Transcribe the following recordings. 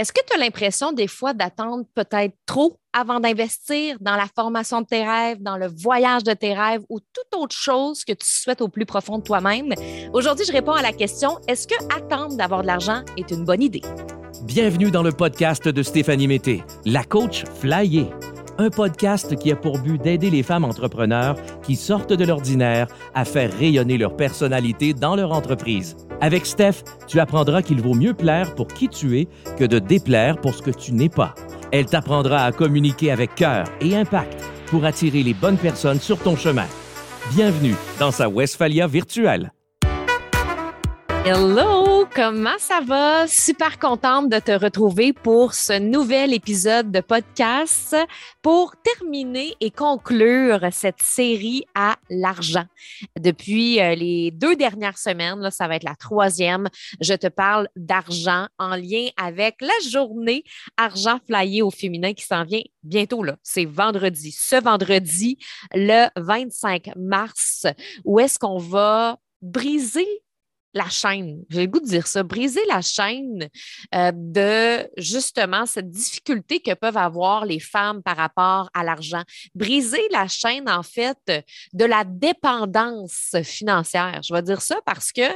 Est-ce que tu as l'impression des fois d'attendre peut-être trop avant d'investir dans la formation de tes rêves, dans le voyage de tes rêves ou toute autre chose que tu souhaites au plus profond de toi-même? Aujourd'hui, je réponds à la question, est-ce que attendre d'avoir de l'argent est une bonne idée? Bienvenue dans le podcast de Stéphanie Mété, la coach flyée. Un podcast qui a pour but d'aider les femmes entrepreneurs qui sortent de l'ordinaire à faire rayonner leur personnalité dans leur entreprise. Avec Steph, tu apprendras qu'il vaut mieux plaire pour qui tu es que de déplaire pour ce que tu n'es pas. Elle t'apprendra à communiquer avec cœur et impact pour attirer les bonnes personnes sur ton chemin. Bienvenue dans sa Westphalia virtuelle. Hello, comment ça va? Super contente de te retrouver pour ce nouvel épisode de podcast pour terminer et conclure cette série à l'argent. Depuis les 2 dernières semaines, là, ça va être la 3e, je te parle d'argent en lien avec la journée Argent Flyé au féminin qui s'en vient bientôt. Là. C'est vendredi, ce vendredi, le 25 mars, où est-ce qu'on va briser la chaîne, j'ai le goût de dire ça, briser la chaîne de justement cette difficulté que peuvent avoir les femmes par rapport à l'argent. Briser la chaîne, en fait, de la dépendance financière. Je vais dire ça parce que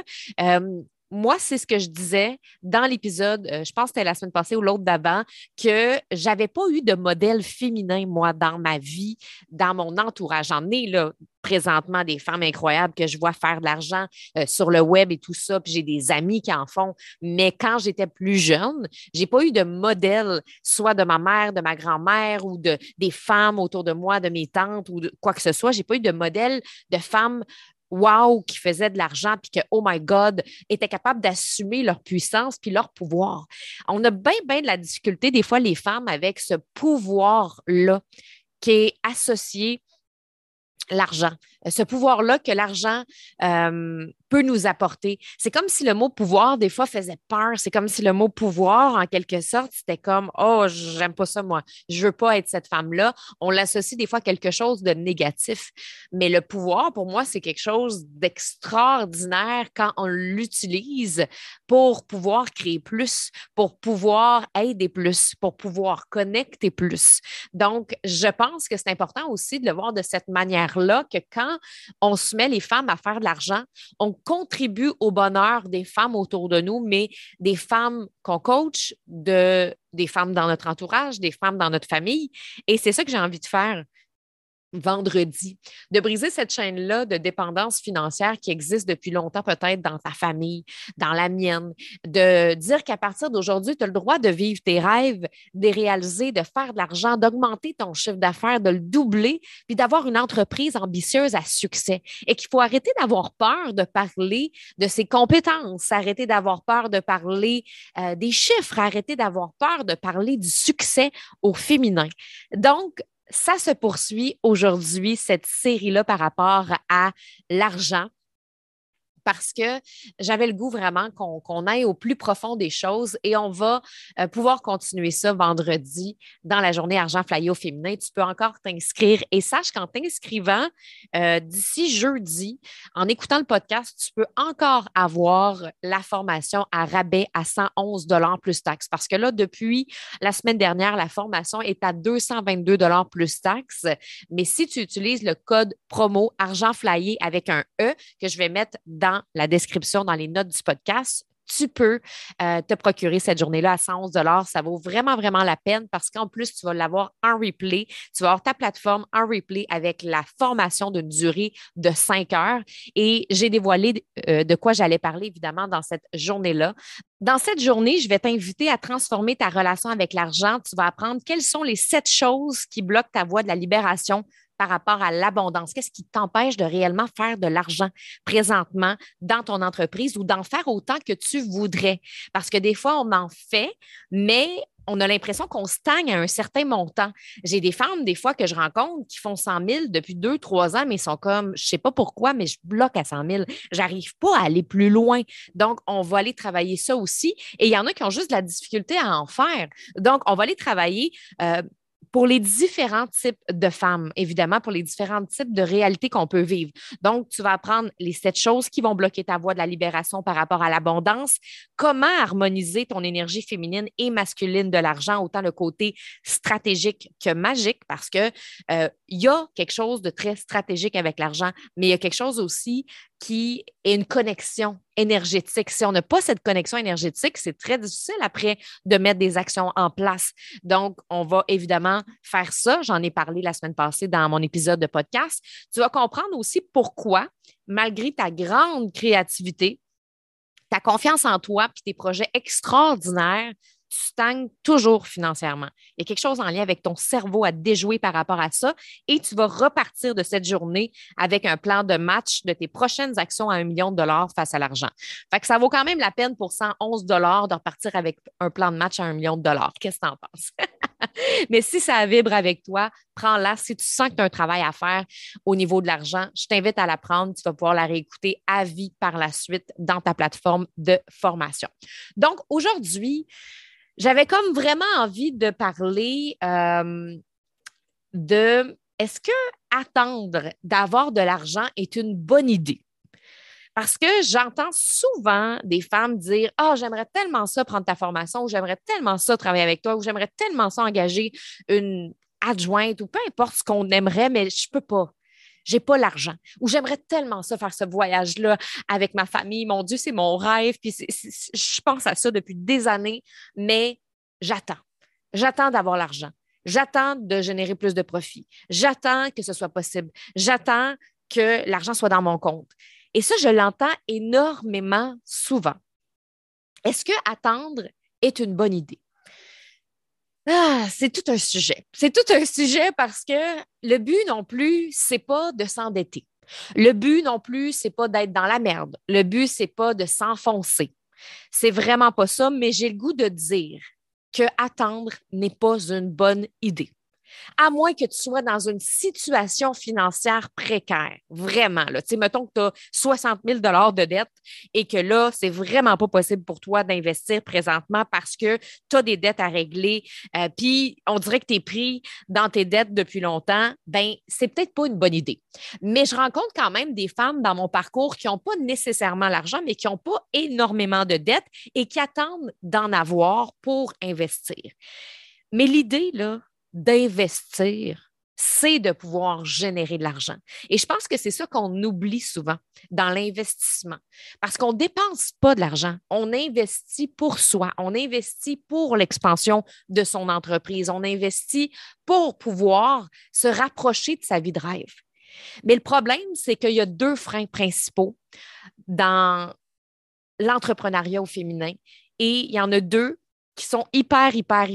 moi, c'est ce que je disais dans l'épisode, je pense que c'était la semaine passée ou l'autre d'avant, que j'avais pas eu de modèle féminin, moi, dans ma vie, dans mon entourage. J'en ai, là, présentement des femmes incroyables que je vois faire de l'argent sur le web et tout ça, puis j'ai des amis qui en font. Mais quand j'étais plus jeune, j'ai pas eu de modèle, soit de ma mère, de ma grand-mère ou des femmes autour de moi, de mes tantes ou de quoi que ce soit. J'ai pas eu de modèle de femmes wow, qui faisaient de l'argent, puis que, oh my God, étaient capables d'assumer leur puissance puis leur pouvoir. On a bien, bien de la difficulté, des fois, les femmes, avec ce pouvoir-là qui est associé l'argent, ce pouvoir-là que l'argent peut nous apporter. C'est comme si le mot pouvoir, des fois, faisait peur. C'est comme si le mot pouvoir, en quelque sorte, c'était comme, oh, j'aime pas ça, moi. Je veux pas être cette femme-là. On l'associe des fois à quelque chose de négatif. Mais le pouvoir, pour moi, c'est quelque chose d'extraordinaire quand on l'utilise pour pouvoir créer plus, pour pouvoir aider plus, pour pouvoir connecter plus. Donc, je pense que c'est important aussi de le voir de cette manière-là, que quand on se met les femmes à faire de l'argent, on contribue au bonheur des femmes autour de nous, mais des femmes qu'on coach, des femmes dans notre entourage, des femmes dans notre famille. Et c'est ça que j'ai envie de faire vendredi, de briser cette chaîne-là de dépendance financière qui existe depuis longtemps peut-être dans ta famille, dans la mienne, de dire qu'à partir d'aujourd'hui, tu as le droit de vivre tes rêves, de les réaliser, de faire de l'argent, d'augmenter ton chiffre d'affaires, de le doubler, puis d'avoir une entreprise ambitieuse à succès. Et qu'il faut arrêter d'avoir peur de parler de ses compétences, arrêter d'avoir peur de parler des chiffres, arrêter d'avoir peur de parler du succès au féminin. Donc, ça se poursuit aujourd'hui, cette série-là par rapport à l'argent, parce que j'avais le goût vraiment qu'on aille au plus profond des choses et on va pouvoir continuer ça vendredi dans la journée Argent Flyé au féminin. Tu peux encore t'inscrire et sache qu'en t'inscrivant d'ici jeudi, en écoutant le podcast, tu peux encore avoir la formation à rabais à 111 $ plus taxes parce que là, depuis la semaine dernière, la formation est à 222 $ plus taxes. Mais si tu utilises le code promo Argent Flyé avec un E que je vais mettre dans la description, dans les notes du podcast, tu peux te procurer cette journée-là à 111 $. Ça vaut vraiment, vraiment la peine parce qu'en plus, tu vas l'avoir en replay. Tu vas avoir ta plateforme en replay avec la formation d'une durée de 5 heures. Et j'ai dévoilé de quoi j'allais parler, évidemment, dans cette journée-là. Dans cette journée, je vais t'inviter à transformer ta relation avec l'argent. Tu vas apprendre quelles sont les 7 choses qui bloquent ta voie de la libération par rapport à l'abondance. Qu'est-ce qui t'empêche de réellement faire de l'argent présentement dans ton entreprise ou d'en faire autant que tu voudrais? Parce que des fois, on en fait, mais on a l'impression qu'on stagne à un certain montant. J'ai des femmes, des fois, que je rencontre qui font 100 000 depuis 2, 3 ans, mais ils sont comme, je ne sais pas pourquoi, mais je bloque à 100 000. Je n'arrive pas à aller plus loin. Donc, on va aller travailler ça aussi. Et il y en a qui ont juste de la difficulté à en faire. Donc, on va aller travailler pour les différents types de femmes, évidemment, pour les différents types de réalités qu'on peut vivre. Donc, tu vas apprendre les 7 choses qui vont bloquer ta voie de la libération par rapport à l'abondance, comment harmoniser ton énergie féminine et masculine de l'argent, autant le côté stratégique que magique, parce que il y a quelque chose de très stratégique avec l'argent, mais il y a quelque chose aussi qui est une connexion énergétique. Si on n'a pas cette connexion énergétique, c'est très difficile après de mettre des actions en place. Donc, on va évidemment faire ça. J'en ai parlé la semaine passée dans mon épisode de podcast. Tu vas comprendre aussi pourquoi, malgré ta grande créativité, ta confiance en toi puis tes projets extraordinaires, tu stagnes toujours financièrement. Il y a quelque chose en lien avec ton cerveau à déjouer par rapport à ça et tu vas repartir de cette journée avec un plan de match de tes prochaines actions à 1 million de dollars face à l'argent. Fait que ça vaut quand même la peine pour 111 dollars de repartir avec un plan de match à 1 million de dollars. Qu'est-ce que tu en penses? Mais si ça vibre avec toi, prends-la. Si tu sens que tu as un travail à faire au niveau de l'argent, je t'invite à la prendre. Tu vas pouvoir la réécouter à vie par la suite dans ta plateforme de formation. Donc, aujourd'hui, j'avais comme vraiment envie de parler de est-ce que attendre d'avoir de l'argent est une bonne idée? Parce que j'entends souvent des femmes dire « Ah, j'aimerais tellement ça prendre ta formation » ou « J'aimerais tellement ça travailler avec toi » ou « J'aimerais tellement ça engager une adjointe » ou peu importe ce qu'on aimerait, mais je peux pas. J'ai pas l'argent. Ou j'aimerais tellement ça faire ce voyage-là avec ma famille. Mon Dieu, c'est mon rêve. Puis je pense à ça depuis des années, mais j'attends. J'attends d'avoir l'argent. J'attends de générer plus de profits. J'attends que ce soit possible. J'attends que l'argent soit dans mon compte. Et ça, je l'entends énormément souvent. Est-ce que attendre est une bonne idée? Ah, c'est tout un sujet. C'est tout un sujet parce que le but non plus, c'est pas de s'endetter. Le but non plus, c'est pas d'être dans la merde. Le but, c'est pas de s'enfoncer. C'est vraiment pas ça, mais j'ai le goût de dire que attendre n'est pas une bonne idée. À moins que tu sois dans une situation financière précaire, vraiment. Là. Tu sais, mettons que tu as 60 000 de dette et que là, c'est vraiment pas possible pour toi d'investir présentement parce que tu as des dettes à régler, puis on dirait que tu es pris dans tes dettes depuis longtemps, bien, c'est peut-être pas une bonne idée. Mais je rencontre quand même des femmes dans mon parcours qui n'ont pas nécessairement l'argent, mais qui n'ont pas énormément de dettes et qui attendent d'en avoir pour investir. Mais l'idée, là, d'investir, c'est de pouvoir générer de l'argent. Et je pense que c'est ça qu'on oublie souvent dans l'investissement. Parce qu'on ne dépense pas de l'argent. On investit pour soi. On investit pour l'expansion de son entreprise. On investit pour pouvoir se rapprocher de sa vie de rêve. Mais le problème, c'est qu'il y a 2 freins principaux dans l'entrepreneuriat au féminin. Et il y en a 2 qui sont hyper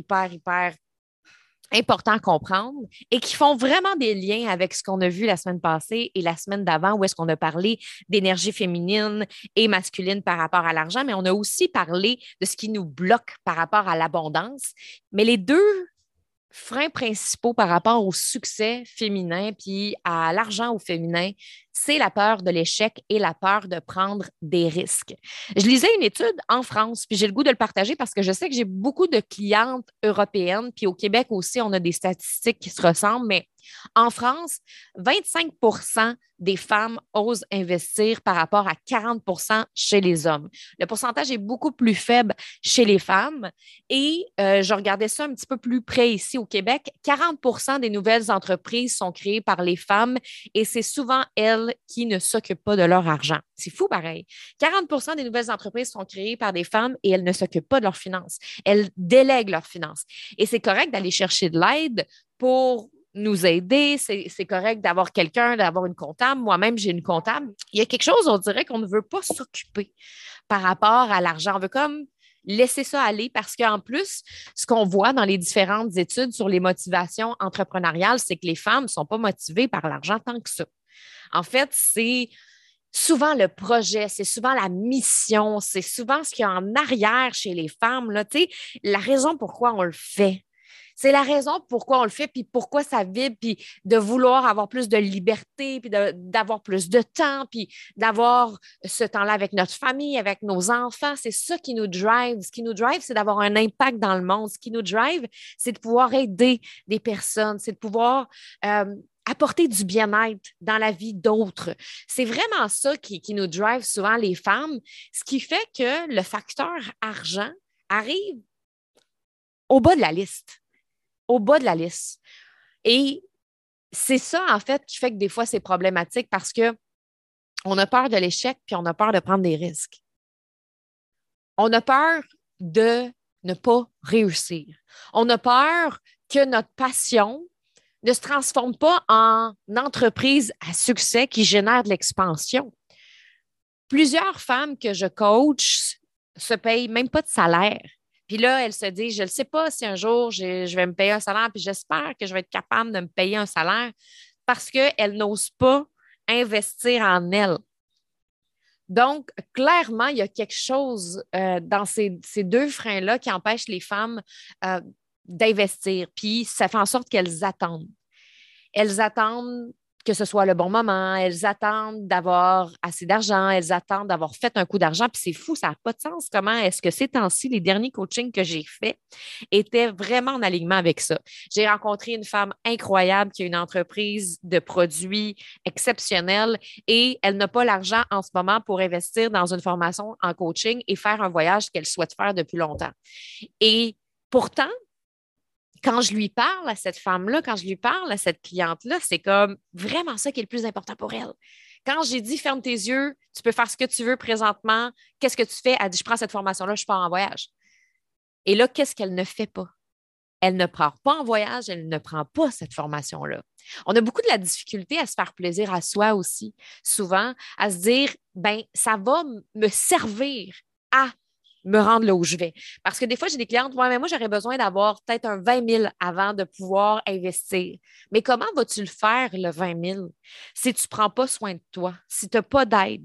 importants à comprendre et qui font vraiment des liens avec ce qu'on a vu la semaine passée et la semaine d'avant, où est-ce qu'on a parlé d'énergie féminine et masculine par rapport à l'argent, mais on a aussi parlé de ce qui nous bloque par rapport à l'abondance. Mais les 2 freins principaux par rapport au succès féminin puis à l'argent au féminin, c'est la peur de l'échec et la peur de prendre des risques. Je lisais une étude en France, puis j'ai le goût de le partager parce que je sais que j'ai beaucoup de clientes européennes, puis au Québec aussi, on a des statistiques qui se ressemblent, mais en France, 25% des femmes osent investir par rapport à 40% chez les hommes. Le pourcentage est beaucoup plus faible chez les femmes et je regardais ça un petit peu plus près ici au Québec. 40% des nouvelles entreprises sont créées par les femmes et c'est souvent elles qui ne s'occupent pas de leur argent. C'est fou pareil. 40% des nouvelles entreprises sont créées par des femmes et elles ne s'occupent pas de leurs finances. Elles délèguent leurs finances. Et c'est correct d'aller chercher de l'aide pour nous aider, c'est correct d'avoir quelqu'un, d'avoir une comptable. Moi-même, j'ai une comptable. Il y a quelque chose, on dirait qu'on ne veut pas s'occuper par rapport à l'argent. On veut comme laisser ça aller parce qu'en plus, ce qu'on voit dans les différentes études sur les motivations entrepreneuriales, c'est que les femmes ne sont pas motivées par l'argent tant que ça. En fait, c'est souvent le projet, c'est souvent la mission, c'est souvent ce qu'il y a en arrière chez les femmes. Là, tu sais, la raison pourquoi on le fait. C'est la raison pourquoi on le fait, puis pourquoi ça vibre, puis de vouloir avoir plus de liberté, puis d'avoir plus de temps, puis d'avoir ce temps-là avec notre famille, avec nos enfants. C'est ça qui nous drive. Ce qui nous drive, c'est d'avoir un impact dans le monde. Ce qui nous drive, c'est de pouvoir aider des personnes, c'est de pouvoir apporter du bien-être dans la vie d'autres. C'est vraiment ça qui nous drive souvent les femmes, ce qui fait que le facteur argent arrive au bas de la liste. Au bas de la liste. Et c'est ça, en fait, qui fait que des fois, c'est problématique parce que on a peur de l'échec puis on a peur de prendre des risques. On a peur de ne pas réussir. On a peur que notre passion ne se transforme pas en entreprise à succès qui génère de l'expansion. Plusieurs femmes que je coach se payent même pas de salaire. Puis là, elles se disent, je ne sais pas si un jour je vais me payer un salaire, puis j'espère que je vais être capable de me payer un salaire parce qu'elles n'osent pas investir en elles. Donc, clairement, il y a quelque chose dans ces deux freins-là qui empêchent les femmes d'investir. Puis, ça fait en sorte qu'elles attendent. Elles attendent que ce soit le bon moment, elles attendent d'avoir assez d'argent, elles attendent d'avoir fait un coup d'argent. Puis c'est fou, ça n'a pas de sens. Comment est-ce que ces temps-ci, les derniers coachings que j'ai faits étaient vraiment en alignement avec ça? J'ai rencontré une femme incroyable qui a une entreprise de produits exceptionnelle et elle n'a pas l'argent en ce moment pour investir dans une formation en coaching et faire un voyage qu'elle souhaite faire depuis longtemps. Et pourtant, quand je lui parle à cette femme-là, quand je lui parle à cette cliente-là, c'est comme vraiment ça qui est le plus important pour elle. Quand j'ai dit ferme tes yeux, tu peux faire ce que tu veux présentement, qu'est-ce que tu fais? Elle dit je prends cette formation-là, je pars en voyage. Et là, qu'est-ce qu'elle ne fait pas? Elle ne part pas en voyage, elle ne prend pas cette formation-là. On a beaucoup de la difficulté à se faire plaisir à soi aussi, souvent, à se dire, ben ça va me servir à me rendre là où je vais. Parce que des fois, j'ai des clientes, ouais, mais moi, j'aurais besoin d'avoir peut-être un 20 000 avant de pouvoir investir. Mais comment vas-tu le faire, le 20 000, si tu ne prends pas soin de toi, si tu n'as pas d'aide,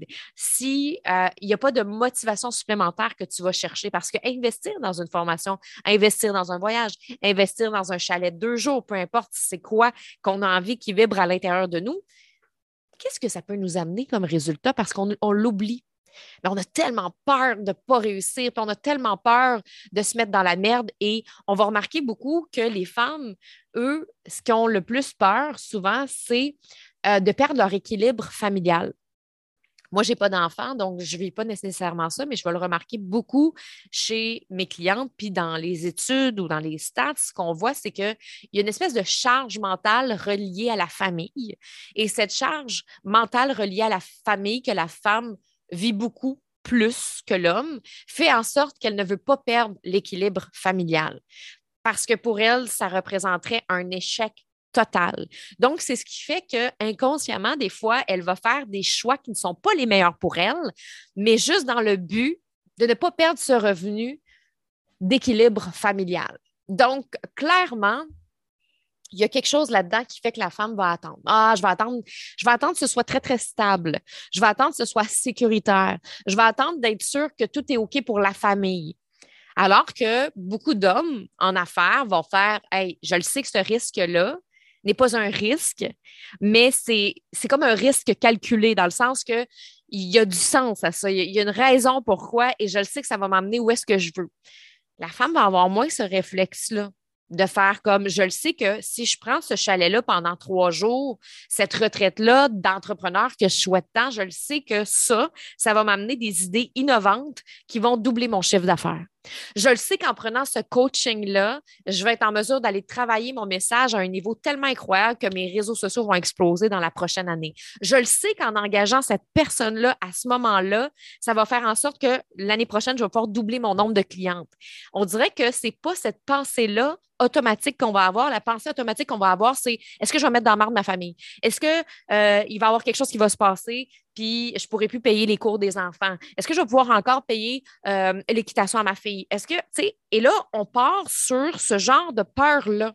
si il n'y a pas de motivation supplémentaire que tu vas chercher? Parce que investir dans une formation, investir dans un voyage, investir dans un chalet de 2 jours, peu importe c'est quoi qu'on a envie qui vibre à l'intérieur de nous, qu'est-ce que ça peut nous amener comme résultat? Parce qu'on l'oublie. Mais on a tellement peur de ne pas réussir, puis on a tellement peur de se mettre dans la merde et on va remarquer beaucoup que les femmes, eux, ce qu'ils ont le plus peur souvent, c'est de perdre leur équilibre familial. Moi, je n'ai pas d'enfant, donc je ne vis pas nécessairement ça, mais je vais le remarquer beaucoup chez mes clientes, puis dans les études ou dans les stats, ce qu'on voit, c'est qu'il y a une espèce de charge mentale reliée à la famille. Et cette charge mentale reliée à la famille que la femme vit beaucoup plus que l'homme, fait en sorte qu'elle ne veut pas perdre l'équilibre familial. Parce que pour elle, ça représenterait un échec total. Donc, c'est ce qui fait qu'inconsciemment, des fois, elle va faire des choix qui ne sont pas les meilleurs pour elle, mais juste dans le but de ne pas perdre ce revenu d'équilibre familial. Donc, clairement, il y a quelque chose là-dedans qui fait que la femme va attendre. Ah, je vais attendre que ce soit très, très stable. Je vais attendre que ce soit sécuritaire. Je vais attendre d'être sûre que tout est OK pour la famille. Alors que beaucoup d'hommes en affaires vont faire, hey, je le sais que ce risque-là n'est pas un risque, mais c'est comme un risque calculé dans le sens que il y a du sens à ça. Il y a une raison pourquoi et je le sais que ça va m'amener où est-ce que je veux. La femme va avoir moins ce réflexe-là de faire comme je le sais que si je prends ce chalet-là pendant 3 jours, cette retraite-là d'entrepreneur que je souhaite tant, je le sais que ça va m'amener des idées innovantes qui vont doubler mon chiffre d'affaires. Je le sais qu'en prenant ce coaching-là, je vais être en mesure d'aller travailler mon message à un niveau tellement incroyable que mes réseaux sociaux vont exploser dans la prochaine année. Je le sais qu'en engageant cette personne-là à ce moment-là, ça va faire en sorte que l'année prochaine, je vais pouvoir doubler mon nombre de clientes. On dirait que c'est pas cette pensée-là automatique qu'on va avoir. La pensée automatique qu'on va avoir, c'est est-ce que je vais mettre dans la marde ma famille? Est-ce que il va y avoir quelque chose qui va se passer? Puis je ne pourrai plus payer les cours des enfants. Est-ce que je vais pouvoir encore payer l'équitation à ma fille? Est-ce que, tu sais, et là, on part sur ce genre de peur-là.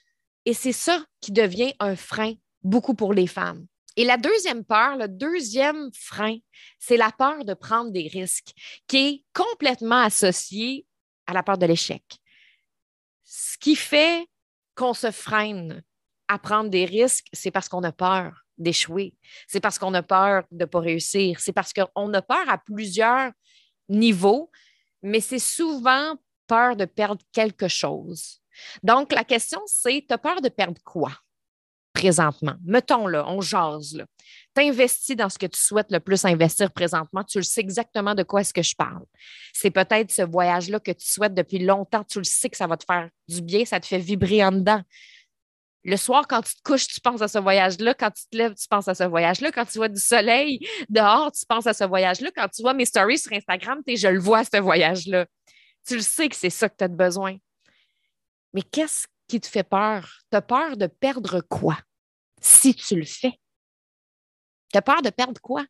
Et c'est ça qui devient un frein beaucoup pour les femmes. Et la deuxième peur, le deuxième frein, c'est la peur de prendre des risques, qui est complètement associée à la peur de l'échec. Ce qui fait qu'on se freine à prendre des risques, c'est parce qu'on a peur d'échouer. C'est parce qu'on a peur de ne pas réussir. C'est parce qu'on a peur à plusieurs niveaux, mais c'est souvent peur de perdre quelque chose. Donc, la question, c'est, tu as peur de perdre quoi présentement? Mettons, là, on jase, là. Tu investis dans ce que tu souhaites le plus investir présentement. Tu le sais exactement de quoi est-ce que je parle. C'est peut-être ce voyage-là que tu souhaites depuis longtemps. Tu le sais que ça va te faire du bien, ça te fait vibrer en dedans. Le soir, quand tu te couches, tu penses à ce voyage-là. Quand tu te lèves, tu penses à ce voyage-là. Quand tu vois du soleil dehors, tu penses à ce voyage-là. Quand tu vois mes stories sur Instagram, je le vois, ce voyage-là. Tu le sais que c'est ça que tu as besoin. Mais qu'est-ce qui te fait peur? Tu as peur de perdre quoi si tu le fais? Tu as peur de perdre quoi?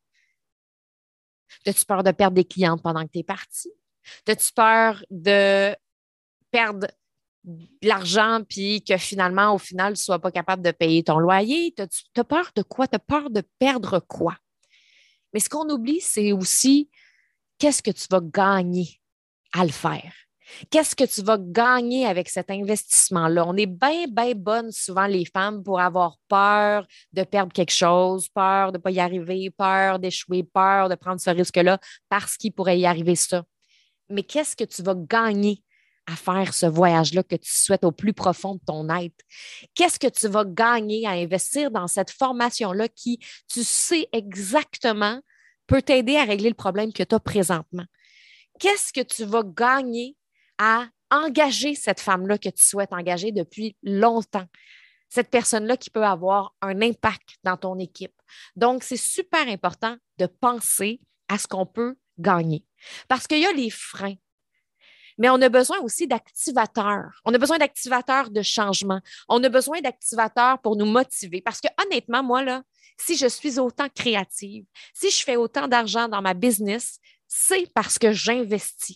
As-tu peur de perdre des clientes pendant que tu es parti? As-tu peur de perdre de l'argent puis que finalement, au final, tu ne sois pas capable de payer ton loyer? Tu as peur de quoi? Tu as peur de perdre quoi? Mais ce qu'on oublie, c'est aussi qu'est-ce que tu vas gagner à le faire? Qu'est-ce que tu vas gagner avec cet investissement-là? On est bien, bien bonnes souvent, les femmes, pour avoir peur de perdre quelque chose, peur de ne pas y arriver, peur d'échouer, peur de prendre ce risque-là parce qu'il pourrait y arriver ça. Mais qu'est-ce que tu vas gagner à faire ce voyage-là que tu souhaites au plus profond de ton être? Qu'est-ce que tu vas gagner à investir dans cette formation-là qui, tu sais exactement, peut t'aider à régler le problème que tu as présentement? Qu'est-ce que tu vas gagner à engager cette femme-là que tu souhaites engager depuis longtemps? Cette personne-là qui peut avoir un impact dans ton équipe. Donc, c'est super important de penser à ce qu'on peut gagner. Parce qu'il y a les freins. Mais on a besoin aussi d'activateurs. On a besoin d'activateurs de changement. On a besoin d'activateurs pour nous motiver. Parce que honnêtement, moi, là, si je suis autant créative, si je fais autant d'argent dans ma business, c'est parce que j'investis.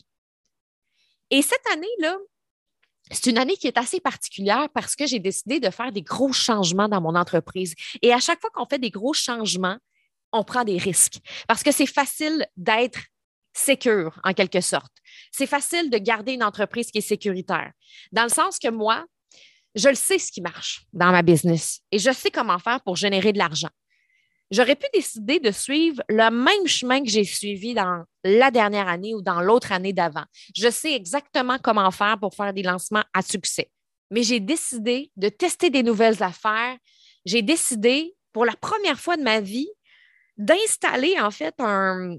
Et cette année-là, c'est une année qui est assez particulière parce que j'ai décidé de faire des gros changements dans mon entreprise. Et à chaque fois qu'on fait des gros changements, on prend des risques. Parce que c'est facile d'être sécure, en quelque sorte. C'est facile de garder une entreprise qui est sécuritaire. Dans le sens que moi, je le sais ce qui marche dans ma business et je sais comment faire pour générer de l'argent. J'aurais pu décider de suivre le même chemin que j'ai suivi dans la dernière année ou dans l'autre année d'avant. Je sais exactement comment faire pour faire des lancements à succès. Mais j'ai décidé de tester des nouvelles affaires. J'ai décidé, pour la première fois de ma vie, d'installer en fait un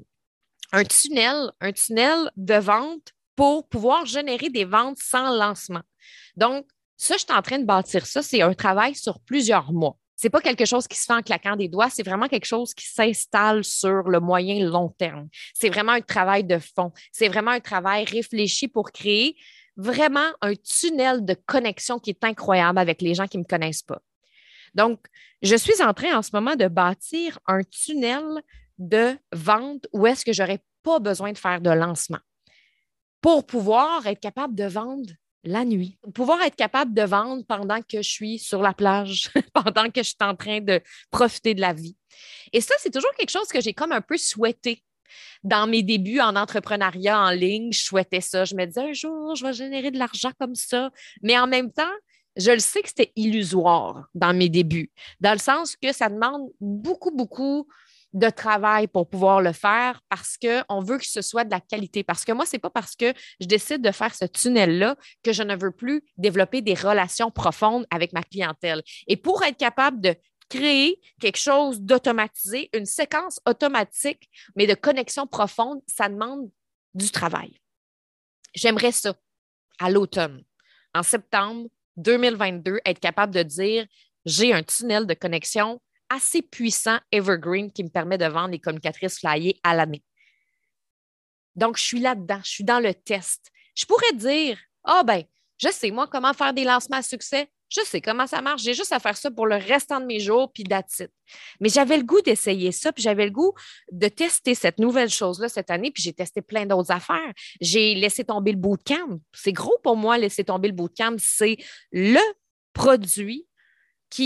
tunnel de vente pour pouvoir générer des ventes sans lancement. Donc, ça, je suis en train de bâtir ça. C'est un travail sur plusieurs mois. Ce n'est pas quelque chose qui se fait en claquant des doigts, c'est vraiment quelque chose qui s'installe sur le moyen et le long terme. C'est vraiment un travail de fond. C'est vraiment un travail réfléchi pour créer vraiment un tunnel de connexion qui est incroyable avec les gens qui ne me connaissent pas. Donc, je suis en train en ce moment de bâtir un tunnel de vente où est-ce que je n'aurais pas besoin de faire de lancement pour pouvoir être capable de vendre la nuit, pour pouvoir être capable de vendre pendant que je suis sur la plage, pendant que je suis en train de profiter de la vie. Et ça, c'est toujours quelque chose que j'ai comme un peu souhaité. Dans mes débuts en entrepreneuriat en ligne, je souhaitais ça. Je me disais, un jour, je vais générer de l'argent comme ça. Mais en même temps, je le sais que c'était illusoire dans mes débuts, dans le sens que ça demande beaucoup, beaucoup de travail pour pouvoir le faire parce qu'on veut que ce soit de la qualité. Parce que moi, ce n'est pas parce que je décide de faire ce tunnel-là que je ne veux plus développer des relations profondes avec ma clientèle. Et pour être capable de créer quelque chose d'automatisé, une séquence automatique, mais de connexion profonde, ça demande du travail. J'aimerais ça à l'automne, en septembre 2022, être capable de dire j'ai un tunnel de connexion assez puissant, evergreen, qui me permet de vendre les communicatrices flyées à l'année. Donc, je suis là-dedans, je suis dans le test. Je pourrais dire, je sais, moi, comment faire des lancements à succès. Je sais comment ça marche. J'ai juste à faire ça pour le restant de mes jours, puis that's it. Mais j'avais le goût d'essayer ça, puis j'avais le goût de tester cette nouvelle chose-là cette année, puis j'ai testé plein d'autres affaires. J'ai laissé tomber le bootcamp. C'est gros pour moi, laisser tomber le bootcamp. C'est le produit qui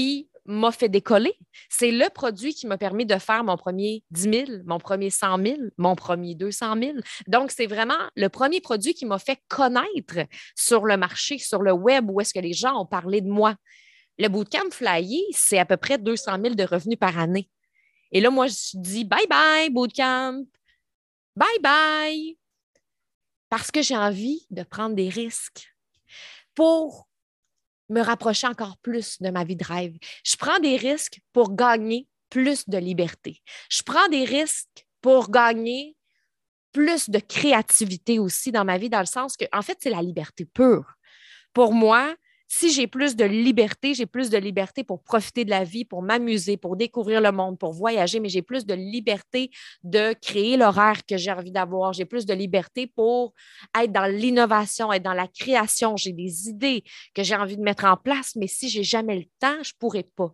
m'a fait décoller. C'est le produit qui m'a permis de faire mon premier 10 000, mon premier 100 000, mon premier 200 000. Donc, c'est vraiment le premier produit qui m'a fait connaître sur le marché, sur le web, où est-ce que les gens ont parlé de moi. Le bootcamp Flyer, c'est à peu près 200 000 de revenus par année. Et là, moi, je dis bye-bye, bootcamp. Bye-bye. Parce que j'ai envie de prendre des risques pour me rapprocher encore plus de ma vie de rêve. Je prends des risques pour gagner plus de liberté. Je prends des risques pour gagner plus de créativité aussi dans ma vie, dans le sens que, en fait, c'est la liberté pure. Pour moi, si j'ai plus de liberté pour profiter de la vie, pour m'amuser, pour découvrir le monde, pour voyager, mais j'ai plus de liberté de créer l'horaire que j'ai envie d'avoir. J'ai plus de liberté pour être dans l'innovation, être dans la création. J'ai des idées que j'ai envie de mettre en place, mais si j'ai jamais le temps, je ne pourrai pas.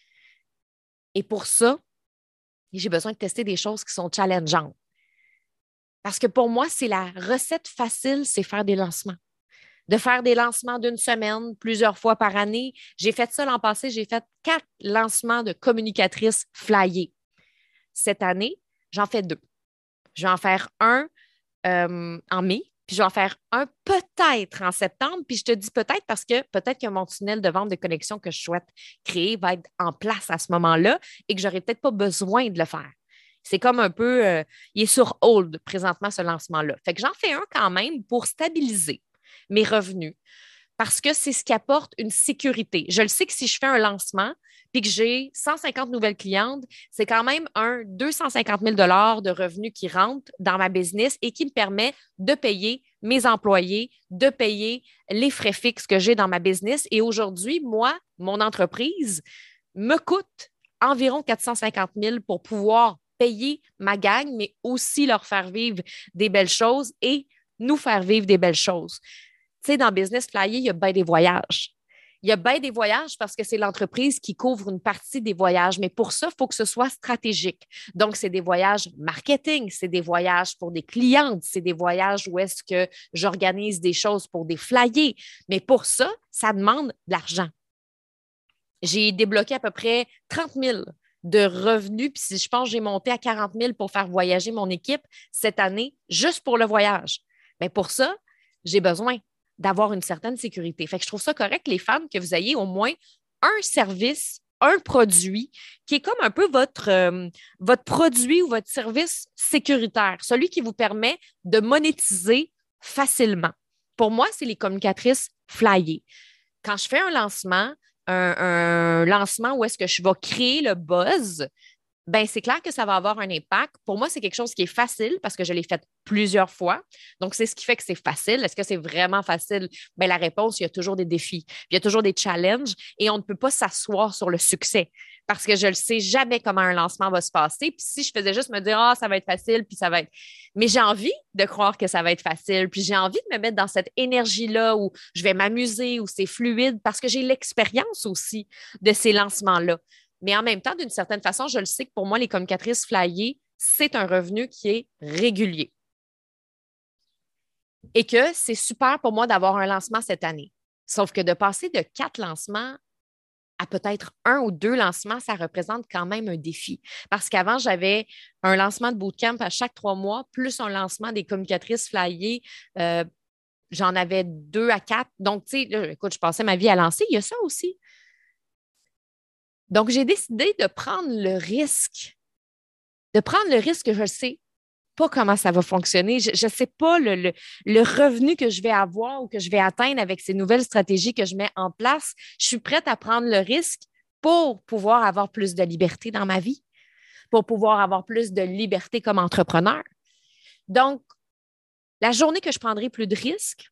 Et pour ça, j'ai besoin de tester des choses qui sont challengeantes. Parce que pour moi, c'est la recette facile, c'est faire des lancements. De faire des lancements d'une semaine, plusieurs fois par année. J'ai fait ça l'an passé, j'ai fait 4 lancements de communicatrices flyées. Cette année, j'en fais 2. Je vais en faire un en mai, puis je vais en faire un peut-être en septembre. Puis je te dis peut-être que mon tunnel de vente de connexion que je souhaite créer va être en place à ce moment-là et que je n'aurai peut-être pas besoin de le faire. C'est comme un peu, il est sur hold présentement ce lancement-là. Fait que j'en fais un quand même pour stabiliser mes revenus, parce que c'est ce qui apporte une sécurité. Je le sais que si je fais un lancement puis que j'ai 150 nouvelles clientes, c'est quand même un 250 000 de revenus qui rentrent dans ma business et qui me permet de payer mes employés, de payer les frais fixes que j'ai dans ma business. Et aujourd'hui, moi, mon entreprise me coûte environ 450 000 pour pouvoir payer ma gang, mais aussi leur faire vivre des belles choses et nous faire vivre des belles choses. Tu sais, dans Business Flyer, il y a bien des voyages. Il y a bien des voyages parce que c'est l'entreprise qui couvre une partie des voyages. Mais pour ça, il faut que ce soit stratégique. Donc, c'est des voyages marketing, c'est des voyages pour des clientes, c'est des voyages où est-ce que j'organise des choses pour des flyers. Mais pour ça, ça demande de l'argent. J'ai débloqué à peu près 30 000 de revenus. Puis si je pense que j'ai monté à 40 000 pour faire voyager mon équipe cette année, juste pour le voyage. Mais pour ça, j'ai besoin d'avoir une certaine sécurité. Fait que je trouve ça correct, les femmes, que vous ayez au moins un service, un produit qui est comme un peu votre produit ou votre service sécuritaire, celui qui vous permet de monétiser facilement. Pour moi, c'est les communicatrices flyées. Quand je fais un lancement où est-ce que je vais créer le buzz, ben c'est clair que ça va avoir un impact. Pour moi, c'est quelque chose qui est facile parce que je l'ai fait plusieurs fois. Donc, c'est ce qui fait que c'est facile. Est-ce que c'est vraiment facile? Ben, la réponse, il y a toujours des défis. Il y a toujours des challenges et on ne peut pas s'asseoir sur le succès parce que je ne sais jamais comment un lancement va se passer. Puis si je faisais juste me dire, ça va être facile, puis ça va être. Mais j'ai envie de croire que ça va être facile. Puis j'ai envie de me mettre dans cette énergie-là où je vais m'amuser, où c'est fluide parce que j'ai l'expérience aussi de ces lancements-là. Mais en même temps, d'une certaine façon, je le sais que pour moi, les communicatrices flyées, c'est un revenu qui est régulier. Et que c'est super pour moi d'avoir un lancement cette année. Sauf que de passer de 4 lancements à peut-être 1 ou 2 lancements, ça représente quand même un défi. Parce qu'avant, j'avais un lancement de bootcamp à chaque 3 mois, plus un lancement des communicatrices flyées. J'en avais 2 à 4. Donc, tu sais, écoute, je passais ma vie à lancer. Il y a ça aussi. Donc, j'ai décidé de prendre le risque que je ne sais pas comment ça va fonctionner. Je ne sais pas le revenu que je vais avoir ou que je vais atteindre avec ces nouvelles stratégies que je mets en place. Je suis prête à prendre le risque pour pouvoir avoir plus de liberté dans ma vie, pour pouvoir avoir plus de liberté comme entrepreneur. Donc, la journée que je prendrai plus de risques,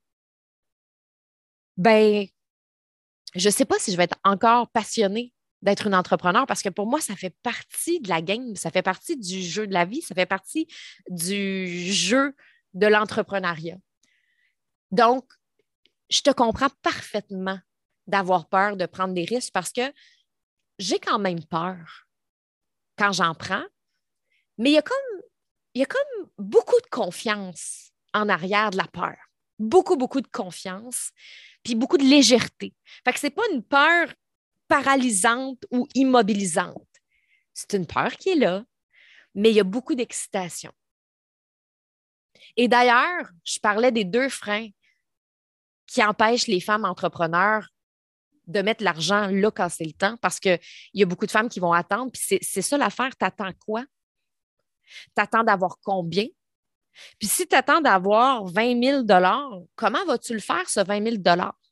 ben, je ne sais pas si je vais être encore passionnée d'être une entrepreneur parce que pour moi, ça fait partie de la game, ça fait partie du jeu de la vie, ça fait partie du jeu de l'entrepreneuriat. Donc, je te comprends parfaitement d'avoir peur de prendre des risques parce que j'ai quand même peur quand j'en prends, mais il y a comme beaucoup de confiance en arrière de la peur. Beaucoup, beaucoup de confiance, puis beaucoup de légèreté. Fait que c'est pas une peur paralysante ou immobilisante. C'est une peur qui est là, mais il y a beaucoup d'excitation. Et d'ailleurs, je parlais des 2 freins qui empêchent les femmes entrepreneurs de mettre l'argent là quand c'est le temps, parce qu'il y a beaucoup de femmes qui vont attendre, puis c'est ça l'affaire, t'attends quoi? T'attends d'avoir combien? Puis si t'attends d'avoir 20 000 comment vas-tu le faire, ce 20 000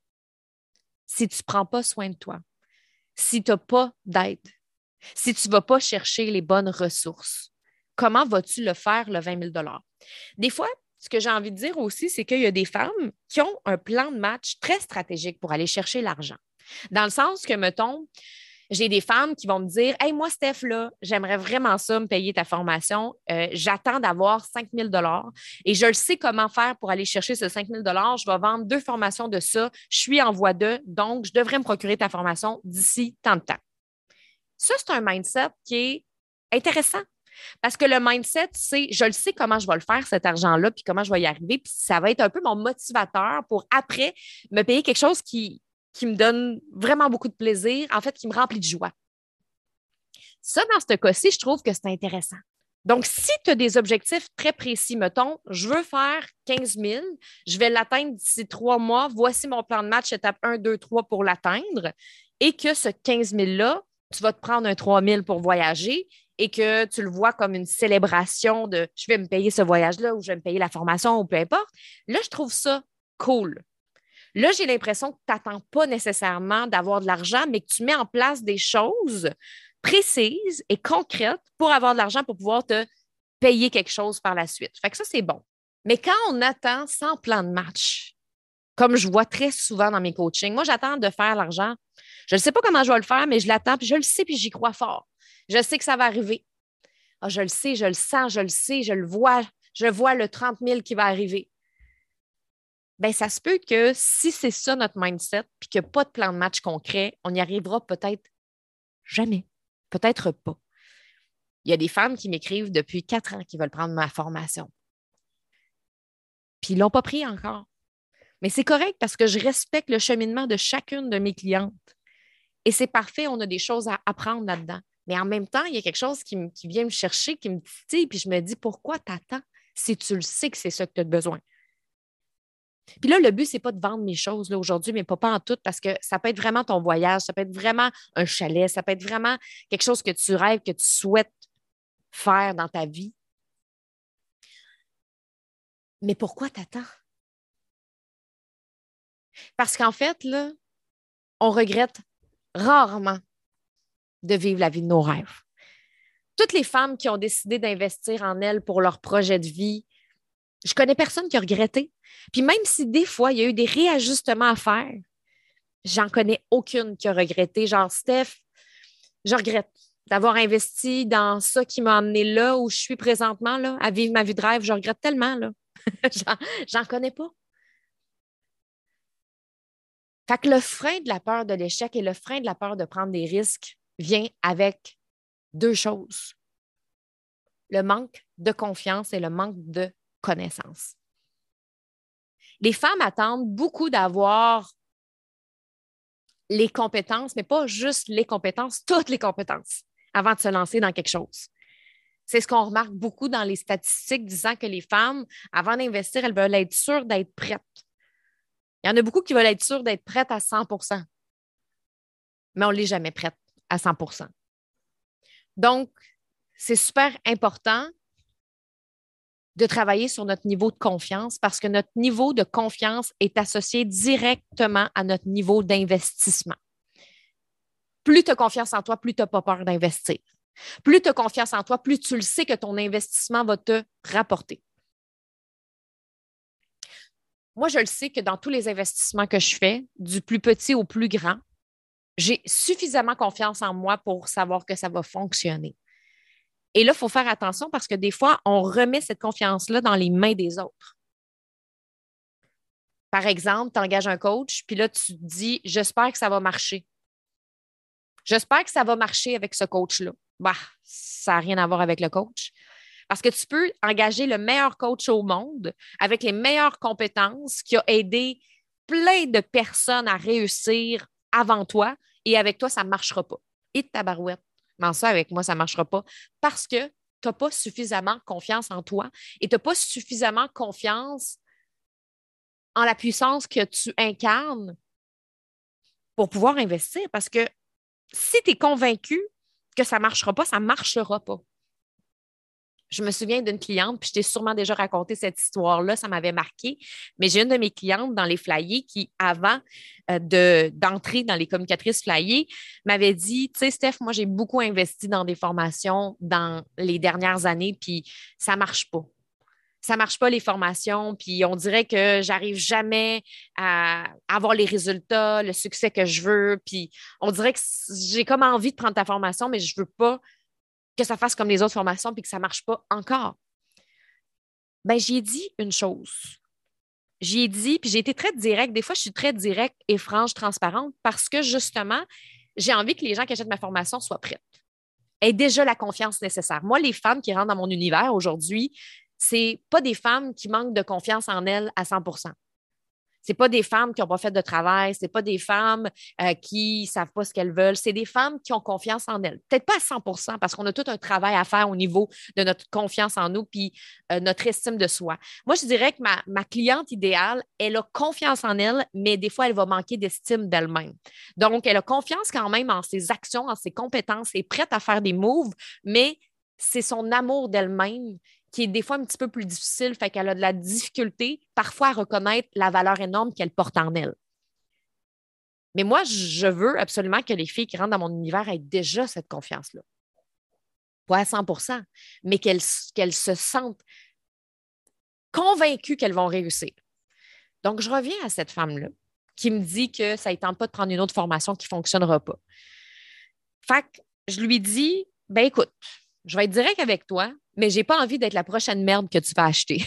si tu ne prends pas soin de toi, si tu n'as pas d'aide, si tu ne vas pas chercher les bonnes ressources? Comment vas-tu le faire, le 20 000 Des fois, ce que j'ai envie de dire aussi, c'est qu'il y a des femmes qui ont un plan de match très stratégique pour aller chercher l'argent. Dans le sens que, mettons, j'ai des femmes qui vont me dire « Hey, moi, Steph, là, j'aimerais vraiment ça, me payer ta formation. J'attends d'avoir 5 000 et je le sais comment faire pour aller chercher ce 5 000 Je vais vendre 2 formations de ça. Je suis en voie de, donc je devrais me procurer ta formation d'ici tant de temps. » Ça, c'est un mindset qui est intéressant. Parce que le mindset, c'est je le sais comment je vais le faire, cet argent-là, puis comment je vais y arriver, puis ça va être un peu mon motivateur pour après me payer quelque chose qui me donne vraiment beaucoup de plaisir, en fait, qui me remplit de joie. Ça, dans ce cas-ci, je trouve que c'est intéressant. Donc, si tu as des objectifs très précis, mettons, je veux faire 15 000, je vais l'atteindre d'ici 3 mois, voici mon plan de match, étape 1, 2, 3 pour l'atteindre, et que ce 15 000-là, tu vas te prendre un 3 000 pour voyager et que tu le vois comme une célébration de je vais me payer ce voyage-là ou je vais me payer la formation ou peu importe, là, je trouve ça cool. Là, j'ai l'impression que tu n'attends pas nécessairement d'avoir de l'argent, mais que tu mets en place des choses précises et concrètes pour avoir de l'argent pour pouvoir te payer quelque chose par la suite. Fait que ça, c'est bon. Mais quand on attend sans plan de match, comme je vois très souvent dans mes coachings, moi, j'attends de faire l'argent. Je ne sais pas comment je vais le faire, mais je l'attends, puis je le sais, puis j'y crois fort. Je sais que ça va arriver. Ah, je le sais, je le sens, je le sais, je le vois. Je vois le 30 000 qui va arriver. Bien, ça se peut que si c'est ça notre mindset, puis qu'il n'y a pas de plan de match concret, on n'y arrivera peut-être jamais. Peut-être pas. Il y a des femmes qui m'écrivent depuis 4 ans qui veulent prendre ma formation. Puis ils ne l'ont pas pris encore. Mais c'est correct parce que je respecte le cheminement de chacune de mes clientes. Et c'est parfait, on a des choses à apprendre là-dedans. Mais en même temps, il y a quelque chose qui vient me chercher, qui me titille, puis je me dis pourquoi tu attends si tu le sais que c'est ça que tu as besoin. Puis là, le but, ce n'est pas de vendre mes choses là, aujourd'hui, mais pas en tout, parce que ça peut être vraiment ton voyage, ça peut être vraiment un chalet, ça peut être vraiment quelque chose que tu rêves, que tu souhaites faire dans ta vie. Mais pourquoi tu attends? Parce qu'en fait, là, on regrette rarement de vivre la vie de nos rêves. Toutes les femmes qui ont décidé d'investir en elles pour leur projet de vie, je connais personne qui a regretté. Puis même si des fois, il y a eu des réajustements à faire, j'en connais aucune qui a regretté. Genre, Steph, je regrette d'avoir investi dans ça qui m'a amené là où je suis présentement, là, à vivre ma vie de rêve. Je regrette tellement, là. J'en connais pas. Fait que le frein de la peur de l'échec et le frein de la peur de prendre des risques vient avec 2 choses. Le manque de confiance et le manque de connaissance. Les femmes attendent beaucoup d'avoir les compétences, mais pas juste les compétences, toutes les compétences avant de se lancer dans quelque chose. C'est ce qu'on remarque beaucoup dans les statistiques disant que les femmes, avant d'investir, elles veulent être sûres d'être prêtes. Il y en a beaucoup qui veulent être sûres d'être prêtes à 100 %, mais on ne l'est jamais prête à 100 %. Donc, c'est super important de travailler sur notre niveau de confiance parce que notre niveau de confiance est associé directement à notre niveau d'investissement. Plus tu as confiance en toi, plus tu n'as pas peur d'investir. Plus tu as confiance en toi, plus tu le sais que ton investissement va te rapporter. Moi, je le sais que dans tous les investissements que je fais, du plus petit au plus grand, j'ai suffisamment confiance en moi pour savoir que ça va fonctionner. Et là, il faut faire attention parce que des fois, on remet cette confiance-là dans les mains des autres. Par exemple, tu engages un coach, puis là, tu te dis « J'espère que ça va marcher. J'espère que ça va marcher avec ce coach-là. » Bah, ça n'a rien à voir avec le coach. Parce que tu peux engager le meilleur coach au monde avec les meilleures compétences qui a aidé plein de personnes à réussir avant toi Et avec toi, ça ne marchera pas. Et de tabarouette. Mais ça, avec moi, ça ne marchera pas parce que tu n'as pas suffisamment confiance en toi et tu n'as pas suffisamment confiance en la puissance que tu incarnes pour pouvoir investir. Parce que si tu es convaincu que ça ne marchera pas, ça ne marchera pas. Je me souviens d'une cliente, puis je t'ai sûrement déjà raconté cette histoire-là, ça m'avait marqué, mais j'ai une de mes clientes dans les flyers qui, avant d'entrer dans les communicatrices flyers, m'avait dit, tu sais, Steph, moi, j'ai beaucoup investi dans des formations dans les dernières années, puis ça ne marche pas. Ça ne marche pas, les formations, puis on dirait que j'arrive jamais à avoir les résultats, le succès que je veux, puis on dirait que j'ai comme envie de prendre ta formation, mais je ne veux pas que ça fasse comme les autres formations puis que ça ne marche pas encore. Ben, j'y ai dit une chose. J'y ai dit, puis j'ai été très directe. Des fois, je suis très directe et franche, transparente parce que justement, j'ai envie que les gens qui achètent ma formation soient prêts. Aient déjà la confiance nécessaire. Moi, les femmes qui rentrent dans mon univers aujourd'hui, c'est pas des femmes qui manquent de confiance en elles à 100%. C'est pas des femmes qui n'ont pas fait de travail, c'est pas des femmes qui savent pas ce qu'elles veulent, c'est des femmes qui ont confiance en elles. Peut-être pas à 100% parce qu'on a tout un travail à faire au niveau de notre confiance en nous puis notre estime de soi. Moi, je dirais que ma cliente idéale, elle a confiance en elle, mais des fois, elle va manquer d'estime d'elle-même. Donc, elle a confiance quand même en ses actions, en ses compétences, elle est prête à faire des moves, mais c'est son amour d'elle-même qui est des fois un petit peu plus difficile, fait qu'elle a de la difficulté parfois à reconnaître la valeur énorme qu'elle porte en elle. Mais moi, je veux absolument que les filles qui rentrent dans mon univers aient déjà cette confiance-là. Pas à 100%, mais qu'elles se sentent convaincues qu'elles vont réussir. Donc, je reviens à cette femme-là qui me dit que ça ne tente pas de prendre une autre formation qui ne fonctionnera pas. Fait que je lui dis, ben écoute, je vais être direct avec toi, mais je n'ai pas envie d'être la prochaine merde que tu vas acheter.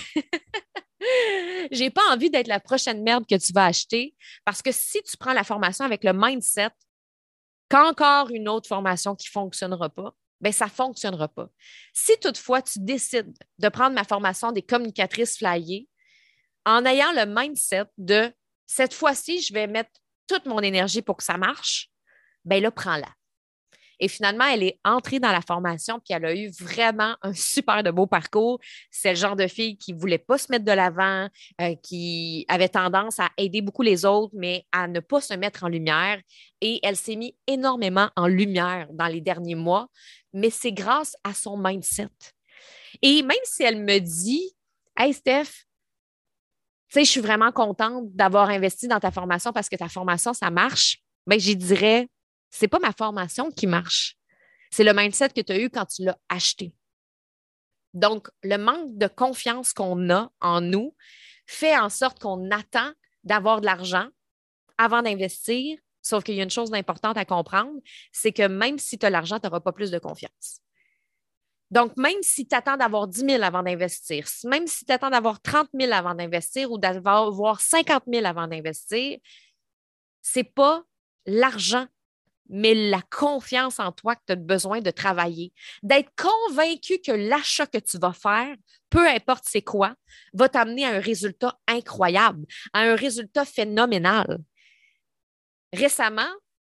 J'ai pas envie d'être la prochaine merde que tu vas acheter parce que si tu prends la formation avec le mindset qu'encore une autre formation qui ne fonctionnera pas, ben ça ne fonctionnera pas. Si toutefois tu décides de prendre ma formation des communicatrices flyées en ayant le mindset de cette fois-ci, je vais mettre toute mon énergie pour que ça marche, ben là, prends-la. Et finalement, elle est entrée dans la formation, puis elle a eu vraiment un super de beau parcours. C'est le genre de fille qui ne voulait pas se mettre de l'avant, qui avait tendance à aider beaucoup les autres, mais à ne pas se mettre en lumière. Et elle s'est mise énormément en lumière dans les derniers mois, mais c'est grâce à son mindset. Et même si elle me dit, hey Steph, tu sais, je suis vraiment contente d'avoir investi dans ta formation parce que ta formation, ça marche, bien, j'y dirais, c'est pas ma formation qui marche. C'est le mindset que tu as eu quand tu l'as acheté. Donc, le manque de confiance qu'on a en nous fait en sorte qu'on attend d'avoir de l'argent avant d'investir. Sauf qu'il y a une chose importante à comprendre, c'est que même si tu as l'argent, tu n'auras pas plus de confiance. Donc, même si tu attends d'avoir 10 000 avant d'investir, même si tu attends d'avoir 30 000 avant d'investir ou d'avoir 50 000 avant d'investir, ce n'est pas l'argent, mais la confiance en toi que tu as besoin de travailler, d'être convaincu que l'achat que tu vas faire, peu importe c'est quoi, va t'amener à un résultat incroyable, à un résultat phénoménal. Récemment,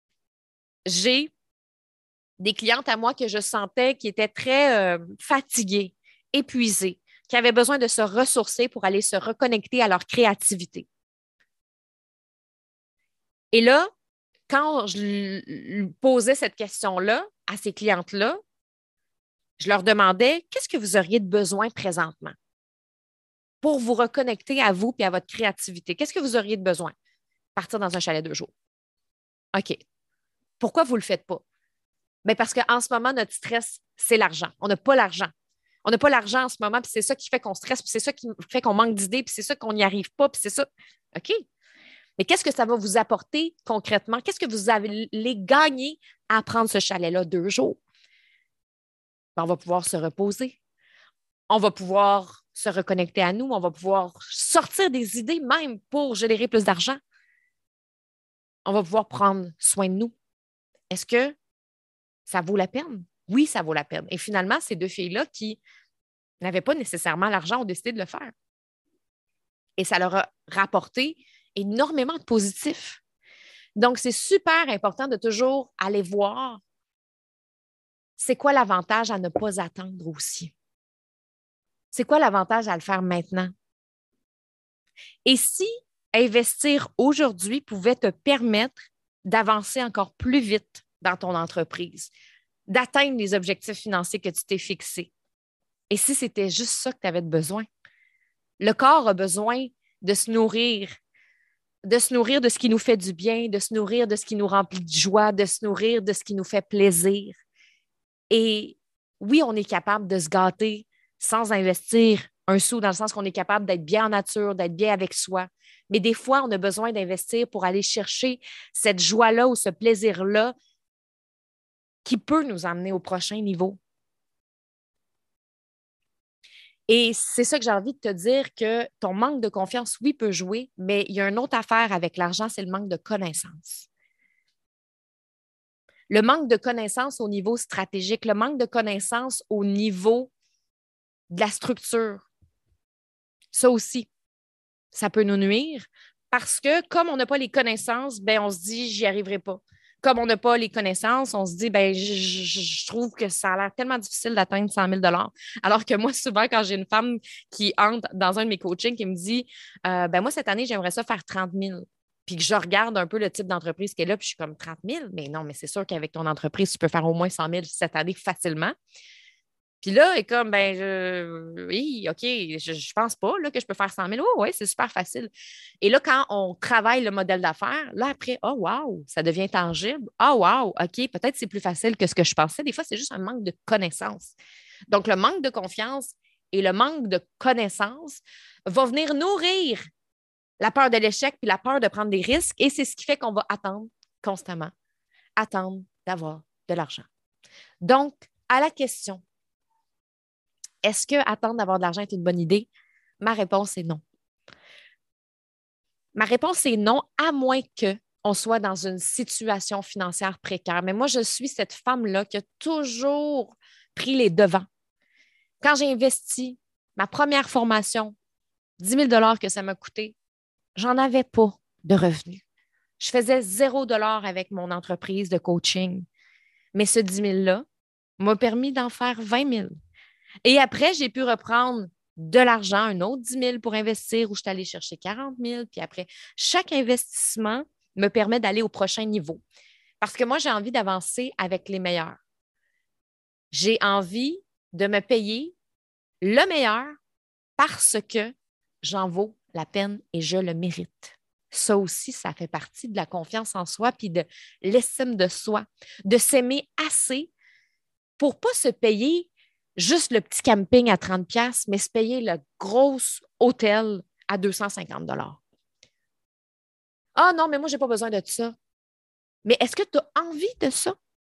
j'ai des clientes à moi que je sentais qui étaient très fatiguées, épuisées, qui avaient besoin de se ressourcer pour aller se reconnecter à leur créativité. Et là, quand je posais cette question-là à ces clientes-là, je leur demandais qu'est-ce que vous auriez de besoin présentement pour vous reconnecter à vous et à votre créativité. Qu'est-ce que vous auriez de besoin? Partir dans un chalet 2 jours. OK. Pourquoi vous ne le faites pas? Bien, parce qu'en ce moment, notre stress, c'est l'argent. On n'a pas l'argent. On n'a pas l'argent en ce moment, puis c'est ça qui fait qu'on stresse, puis c'est ça qui fait qu'on manque d'idées, puis c'est ça qu'on n'y arrive pas, puis c'est ça. OK. Mais qu'est-ce que ça va vous apporter concrètement? Qu'est-ce que vous allez gagner à prendre ce chalet-là 2 jours? Ben, on va pouvoir se reposer. On va pouvoir se reconnecter à nous. On va pouvoir sortir des idées même pour générer plus d'argent. On va pouvoir prendre soin de nous. Est-ce que ça vaut la peine? Oui, ça vaut la peine. Et finalement, ces 2 filles-là qui n'avaient pas nécessairement l'argent ont décidé de le faire. Et ça leur a rapporté énormément de positifs. Donc, c'est super important de toujours aller voir c'est quoi l'avantage à ne pas attendre aussi. C'est quoi l'avantage à le faire maintenant? Et si investir aujourd'hui pouvait te permettre d'avancer encore plus vite dans ton entreprise, d'atteindre les objectifs financiers que tu t'es fixés. Et si c'était juste ça que tu avais besoin? Le corps a besoin de se nourrir de ce qui nous fait du bien, de se nourrir de ce qui nous remplit de joie, de se nourrir de ce qui nous fait plaisir. Et oui, on est capable de se gâter sans investir un sou, dans le sens qu'on est capable d'être bien en nature, d'être bien avec soi. Mais des fois, on a besoin d'investir pour aller chercher cette joie-là ou ce plaisir-là qui peut nous emmener au prochain niveau. Et c'est ça que j'ai envie de te dire, que ton manque de confiance, oui, peut jouer, mais il y a une autre affaire avec l'argent, c'est le manque de connaissances. Le manque de connaissances au niveau stratégique, le manque de connaissances au niveau de la structure. Ça aussi, ça peut nous nuire parce que comme on n'a pas les connaissances, ben on se dit, j'y arriverai pas. Comme on n'a pas les connaissances, on se dit, ben je trouve que ça a l'air tellement difficile d'atteindre 100 000 $. Alors que moi, souvent, quand j'ai une femme qui entre dans un de mes coachings qui me dit, ben moi, cette année, j'aimerais ça faire 30 000, puis que je regarde un peu le type d'entreprise qu'elle a, puis je suis comme 30 000, mais non, mais c'est sûr qu'avec ton entreprise, tu peux faire au moins 100 000 cette année facilement. Puis là, elle est comme, oui, OK, je pense pas là, que je peux faire 100 000. Oh, oui, c'est super facile. Et là, quand on travaille le modèle d'affaires, là, après, oh, wow, ça devient tangible. Oh, wow, OK, peut-être c'est plus facile que ce que je pensais. Des fois, c'est juste un manque de connaissances. Donc, le manque de confiance et le manque de connaissances va venir nourrir la peur de l'échec puis la peur de prendre des risques. Et c'est ce qui fait qu'on va attendre constamment, attendre d'avoir de l'argent. Donc, à la question, est-ce que attendre d'avoir de l'argent est une bonne idée? Ma réponse est non. Ma réponse est non, à moins qu'on soit dans une situation financière précaire. Mais moi, je suis cette femme-là qui a toujours pris les devants. Quand j'ai investi ma première formation, 10 000 $ que ça m'a coûté, j'en avais pas de revenus. Je faisais 0 $ avec mon entreprise de coaching. Mais ce 10 000-là m'a permis d'en faire 20 000. Et après, j'ai pu reprendre de l'argent, un autre 10 000 pour investir, où je suis allée chercher 40 000. Puis après, chaque investissement me permet d'aller au prochain niveau. Parce que moi, j'ai envie d'avancer avec les meilleurs. J'ai envie de me payer le meilleur parce que j'en vaux la peine et je le mérite. Ça aussi, ça fait partie de la confiance en soi puis de l'estime de soi, de s'aimer assez pour ne pas se payer juste le petit camping à 30 $, mais se payer le gros hôtel à 250 $. Ah non, mais moi, je n'ai pas besoin de ça. Mais est-ce que tu as envie de ça?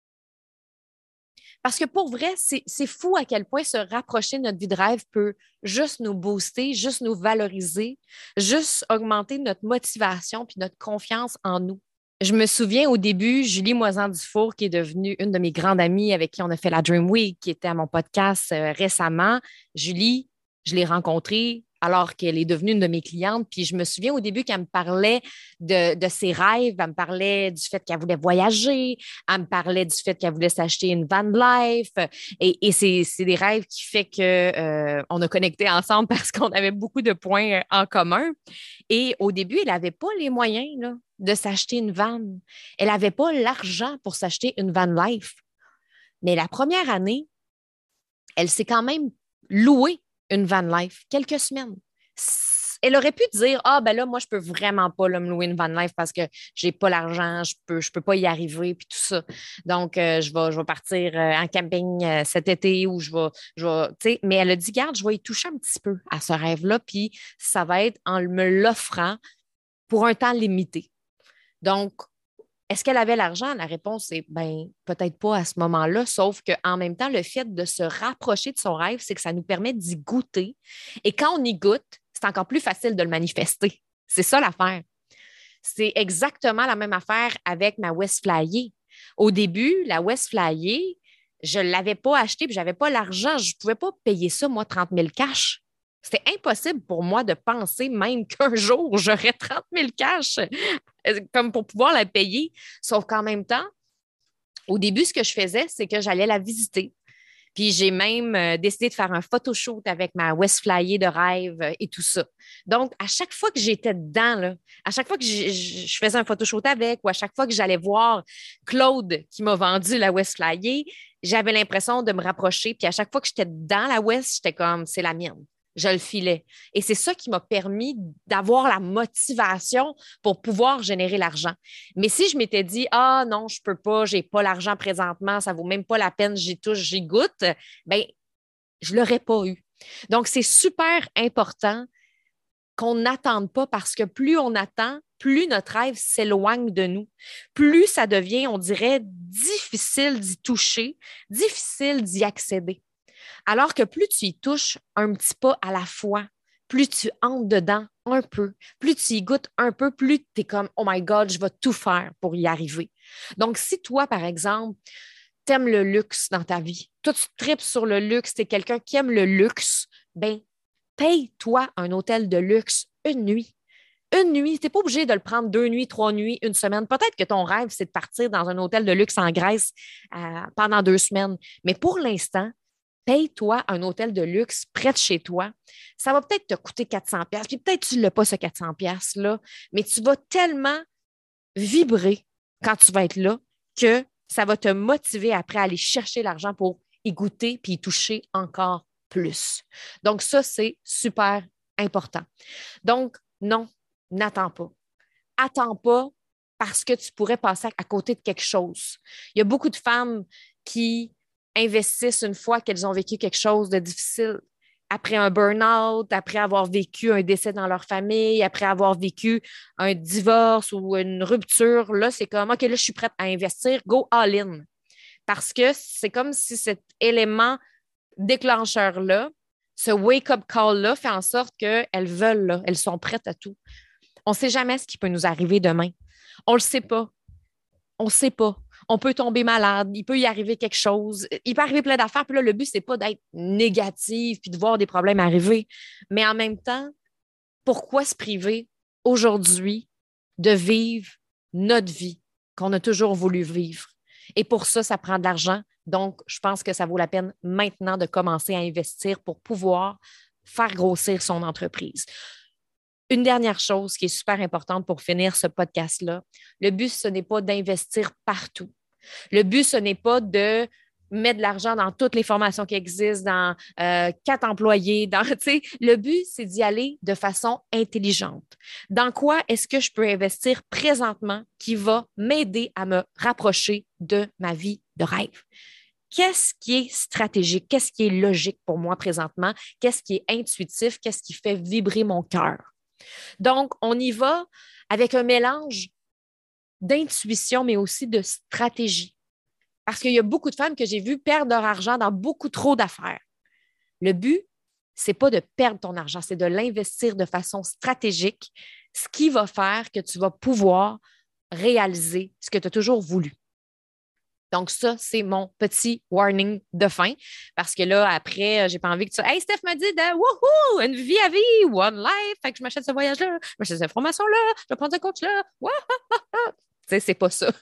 Parce que pour vrai, c'est fou à quel point se rapprocher de notre vie de rêve peut juste nous booster, juste nous valoriser, juste augmenter notre motivation puis notre confiance en nous. Je me souviens au début, Julie Moisan-Dufour, qui est devenue une de mes grandes amies avec qui on a fait la Dream Week, qui était à mon podcast récemment. Julie, je l'ai rencontrée alors qu'elle est devenue une de mes clientes. Puis je me souviens au début qu'elle me parlait de ses rêves, elle me parlait du fait qu'elle voulait voyager, elle me parlait du fait qu'elle voulait s'acheter une van life. Et c'est des rêves qui fait qu'on a connecté ensemble parce qu'on avait beaucoup de points en commun. Et au début, elle n'avait pas les moyens là, de s'acheter une van. Elle n'avait pas l'argent pour s'acheter une van life. Mais la première année, elle s'est quand même louée une van life quelques semaines. Elle aurait pu dire, ah, ben là, moi, je peux vraiment pas là, me louer une van life parce que j'ai pas l'argent, je peux pas y arriver, puis tout ça. Donc, je vais partir en camping cet été ou tu sais, mais elle a dit, garde, je vais y toucher un petit peu à ce rêve-là, puis ça va être en me l'offrant pour un temps limité. Donc, est-ce qu'elle avait l'argent? La réponse est ben, peut-être pas à ce moment-là, sauf qu'en même temps, le fait de se rapprocher de son rêve, c'est que ça nous permet d'y goûter. Et quand on y goûte, c'est encore plus facile de le manifester. C'est ça l'affaire. C'est exactement la même affaire avec ma West Flyer. Au début, la West Flyer, je ne l'avais pas achetée puis je n'avais pas l'argent. Je ne pouvais pas payer ça, moi, 30 000 cash. C'était impossible pour moi de penser même qu'un jour, j'aurais 30 000 cash comme pour pouvoir la payer. Sauf qu'en même temps, au début, ce que je faisais, c'est que j'allais la visiter. Puis j'ai même décidé de faire un photoshoot avec ma West Flyer de rêve et tout ça. Donc, à chaque fois que j'étais dedans, là, à chaque fois que je faisais un photoshoot avec ou à chaque fois que j'allais voir Claude qui m'a vendu la West Flyer, j'avais l'impression de me rapprocher. Puis à chaque fois que j'étais dans la West, j'étais comme, c'est la mienne. Je le filais. Et c'est ça qui m'a permis d'avoir la motivation pour pouvoir générer l'argent. Mais si je m'étais dit, ah non, je peux pas, j'ai pas l'argent présentement, ça vaut même pas la peine, j'y touche, j'y goûte, ben, je l'aurais pas eu. Donc, c'est super important qu'on n'attende pas parce que plus on attend, plus notre rêve s'éloigne de nous. Plus ça devient, on dirait, difficile d'y toucher, difficile d'y accéder. Alors que plus tu y touches un petit pas à la fois, plus tu entres dedans un peu, plus tu y goûtes un peu, plus tu es comme, oh my God, je vais tout faire pour y arriver. Donc, si toi, par exemple, tu aimes le luxe dans ta vie, toi, tu tripes sur le luxe, tu es quelqu'un qui aime le luxe, ben paye-toi un hôtel de luxe une nuit. Une nuit, tu n'es pas obligé de le prendre 2 nuits, 3 nuits, une semaine. Peut-être que ton rêve, c'est de partir dans un hôtel de luxe en Grèce pendant 2 semaines. Mais pour l'instant, paye-toi un hôtel de luxe près de chez toi. Ça va peut-être te coûter 400$, puis peut-être que tu ne l'as pas, ce 400$-là, mais tu vas tellement vibrer quand tu vas être là que ça va te motiver après à aller chercher l'argent pour y goûter puis y toucher encore plus. Donc, ça, c'est super important. Donc, non, n'attends pas. Attends pas parce que tu pourrais passer à côté de quelque chose. Il y a beaucoup de femmes qui investissent une fois qu'elles ont vécu quelque chose de difficile. Après un burn-out, après avoir vécu un décès dans leur famille, après avoir vécu un divorce ou une rupture, là, c'est comme, OK, là, je suis prête à investir, go all-in. Parce que c'est comme si cet élément déclencheur-là, ce wake-up call-là fait en sorte qu'elles veulent, là, elles sont prêtes à tout. On ne sait jamais ce qui peut nous arriver demain. On ne le sait pas. On ne sait pas. On peut tomber malade, il peut y arriver quelque chose, il peut arriver plein d'affaires. Puis là, le but, c'est pas d'être négatif puis de voir des problèmes arriver. Mais en même temps, pourquoi se priver aujourd'hui de vivre notre vie qu'on a toujours voulu vivre? Et pour ça, ça prend de l'argent. Donc, je pense que ça vaut la peine maintenant de commencer à investir pour pouvoir faire grossir son entreprise. Une dernière chose qui est super importante pour finir ce podcast-là, le but, ce n'est pas d'investir partout. Le but, ce n'est pas de mettre de l'argent dans toutes les formations qui existent, dans 4 employés. Le but, c'est d'y aller de façon intelligente. Dans quoi est-ce que je peux investir présentement qui va m'aider à me rapprocher de ma vie de rêve? Qu'est-ce qui est stratégique? Qu'est-ce qui est logique pour moi présentement? Qu'est-ce qui est intuitif? Qu'est-ce qui fait vibrer mon cœur? Donc, on y va avec un mélange d'intuition, mais aussi de stratégie. Parce qu'il y a beaucoup de femmes que j'ai vues perdre leur argent dans beaucoup trop d'affaires. Le but, ce n'est pas de perdre ton argent, c'est de l'investir de façon stratégique, ce qui va faire que tu vas pouvoir réaliser ce que tu as toujours voulu. Donc, ça, c'est mon petit warning de fin. Parce que là, après, j'ai pas envie que tu... Hey, Steph m'a dit de wouhou, une vie à vie, one life. Fait que je m'achète ce voyage-là, je m'achète cette formation-là, je vais prendre ce coach-là. Tu sais, c'est pas ça.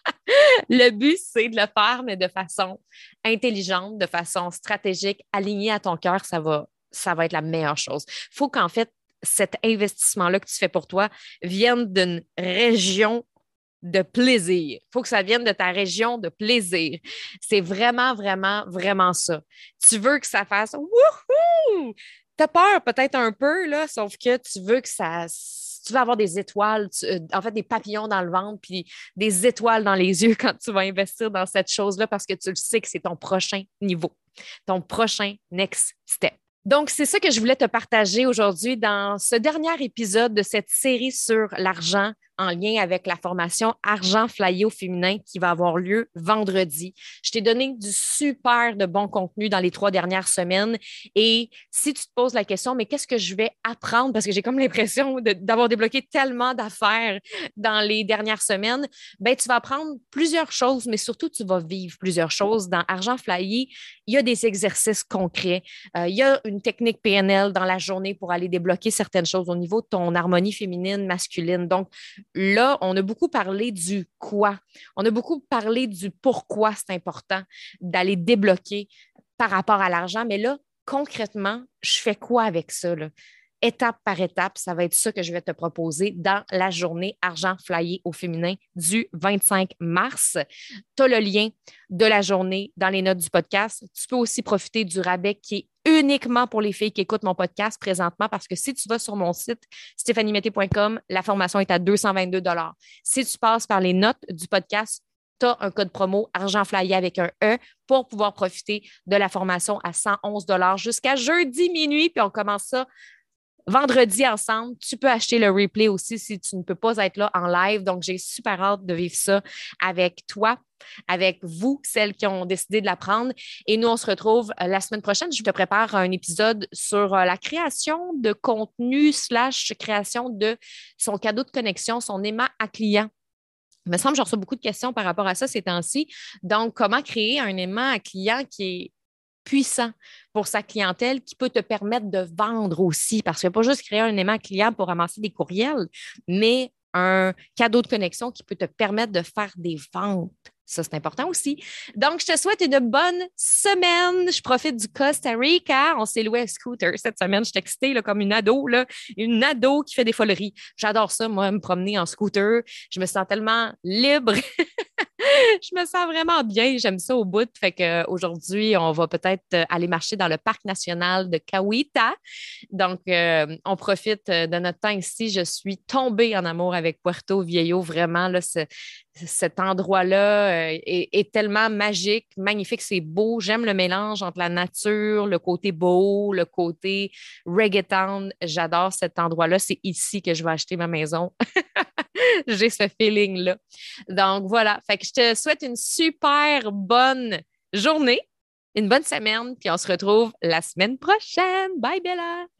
Le but, c'est de le faire, mais de façon intelligente, de façon stratégique, alignée à ton cœur, ça va être la meilleure chose. Il faut qu'en fait, cet investissement-là que tu fais pour toi vienne d'une région de plaisir. Il faut que ça vienne de ta région de plaisir. C'est vraiment, vraiment, vraiment ça. Tu veux que ça fasse wouhou! Tu as peur peut-être un peu, là, sauf que tu veux que ça... Tu veux avoir des étoiles, en fait, des papillons dans le ventre, puis des étoiles dans les yeux quand tu vas investir dans cette chose-là parce que tu le sais que c'est ton prochain niveau, ton prochain next step. Donc, c'est ça que je voulais te partager aujourd'hui dans ce dernier épisode de cette série sur l'argent en lien avec la formation Argent Flyer au féminin qui va avoir lieu vendredi. Je t'ai donné du super de bon contenu dans les 3 dernières semaines. Et si tu te poses la question, mais qu'est-ce que je vais apprendre? Parce que j'ai comme l'impression d'avoir débloqué tellement d'affaires dans les dernières semaines. Ben, tu vas apprendre plusieurs choses, mais surtout, tu vas vivre plusieurs choses. Dans Argent Flyer, il y a des exercices concrets. Il y a une technique PNL dans la journée pour aller débloquer certaines choses au niveau de ton harmonie féminine, masculine. Donc, là, on a beaucoup parlé du quoi. On a beaucoup parlé du pourquoi c'est important d'aller débloquer par rapport à l'argent. Mais là, concrètement, je fais quoi avec ça, là? Étape par étape, ça va être ça que je vais te proposer dans la journée Argent Flyé au féminin du 25 mars. Tu as le lien de la journée dans les notes du podcast. Tu peux aussi profiter du rabais qui est uniquement pour les filles qui écoutent mon podcast présentement parce que si tu vas sur mon site stéphaniemete.com, la formation est à 222 $. Si tu passes par les notes du podcast, tu as un code promo Argent Flyé avec un E pour pouvoir profiter de la formation à 111 $ jusqu'à jeudi minuit. Puis on commence ça vendredi ensemble. Tu peux acheter le replay aussi si tu ne peux pas être là en live. Donc, j'ai super hâte de vivre ça avec toi, avec vous, celles qui ont décidé de l'apprendre. Et nous, on se retrouve la semaine prochaine. Je te prépare un épisode sur la création de contenu / création de son cadeau de connexion, son aimant à client. Il me semble que j'en reçois beaucoup de questions par rapport à ça ces temps-ci. Donc, comment créer un aimant à client qui est puissant pour sa clientèle, qui peut te permettre de vendre aussi, parce qu'il n'y a pas juste créer un aimant client pour ramasser des courriels, mais un cadeau de connexion qui peut te permettre de faire des ventes. Ça, c'est important aussi. Donc, je te souhaite une bonne semaine. Je profite du Costa Rica. On s'est loué un scooter cette semaine. Je suis excitée là, comme une ado qui fait des foleries. J'adore ça, moi, me promener en scooter. Je me sens tellement libre. Je me sens vraiment bien. J'aime ça au bout. Fait qu'aujourd'hui, on va peut-être aller marcher dans le parc national de Cahuita. Donc, on profite de notre temps ici. Je suis tombée en amour avec Puerto Viejo. Vraiment, là, cet endroit-là est tellement magique, magnifique, c'est beau. J'aime le mélange entre la nature, le côté beau, le côté reggaeton. J'adore cet endroit-là. C'est ici que je vais acheter ma maison. J'ai ce feeling-là. Donc, voilà. Fait que je te souhaite une super bonne journée, une bonne semaine, puis on se retrouve la semaine prochaine. Bye, Bella!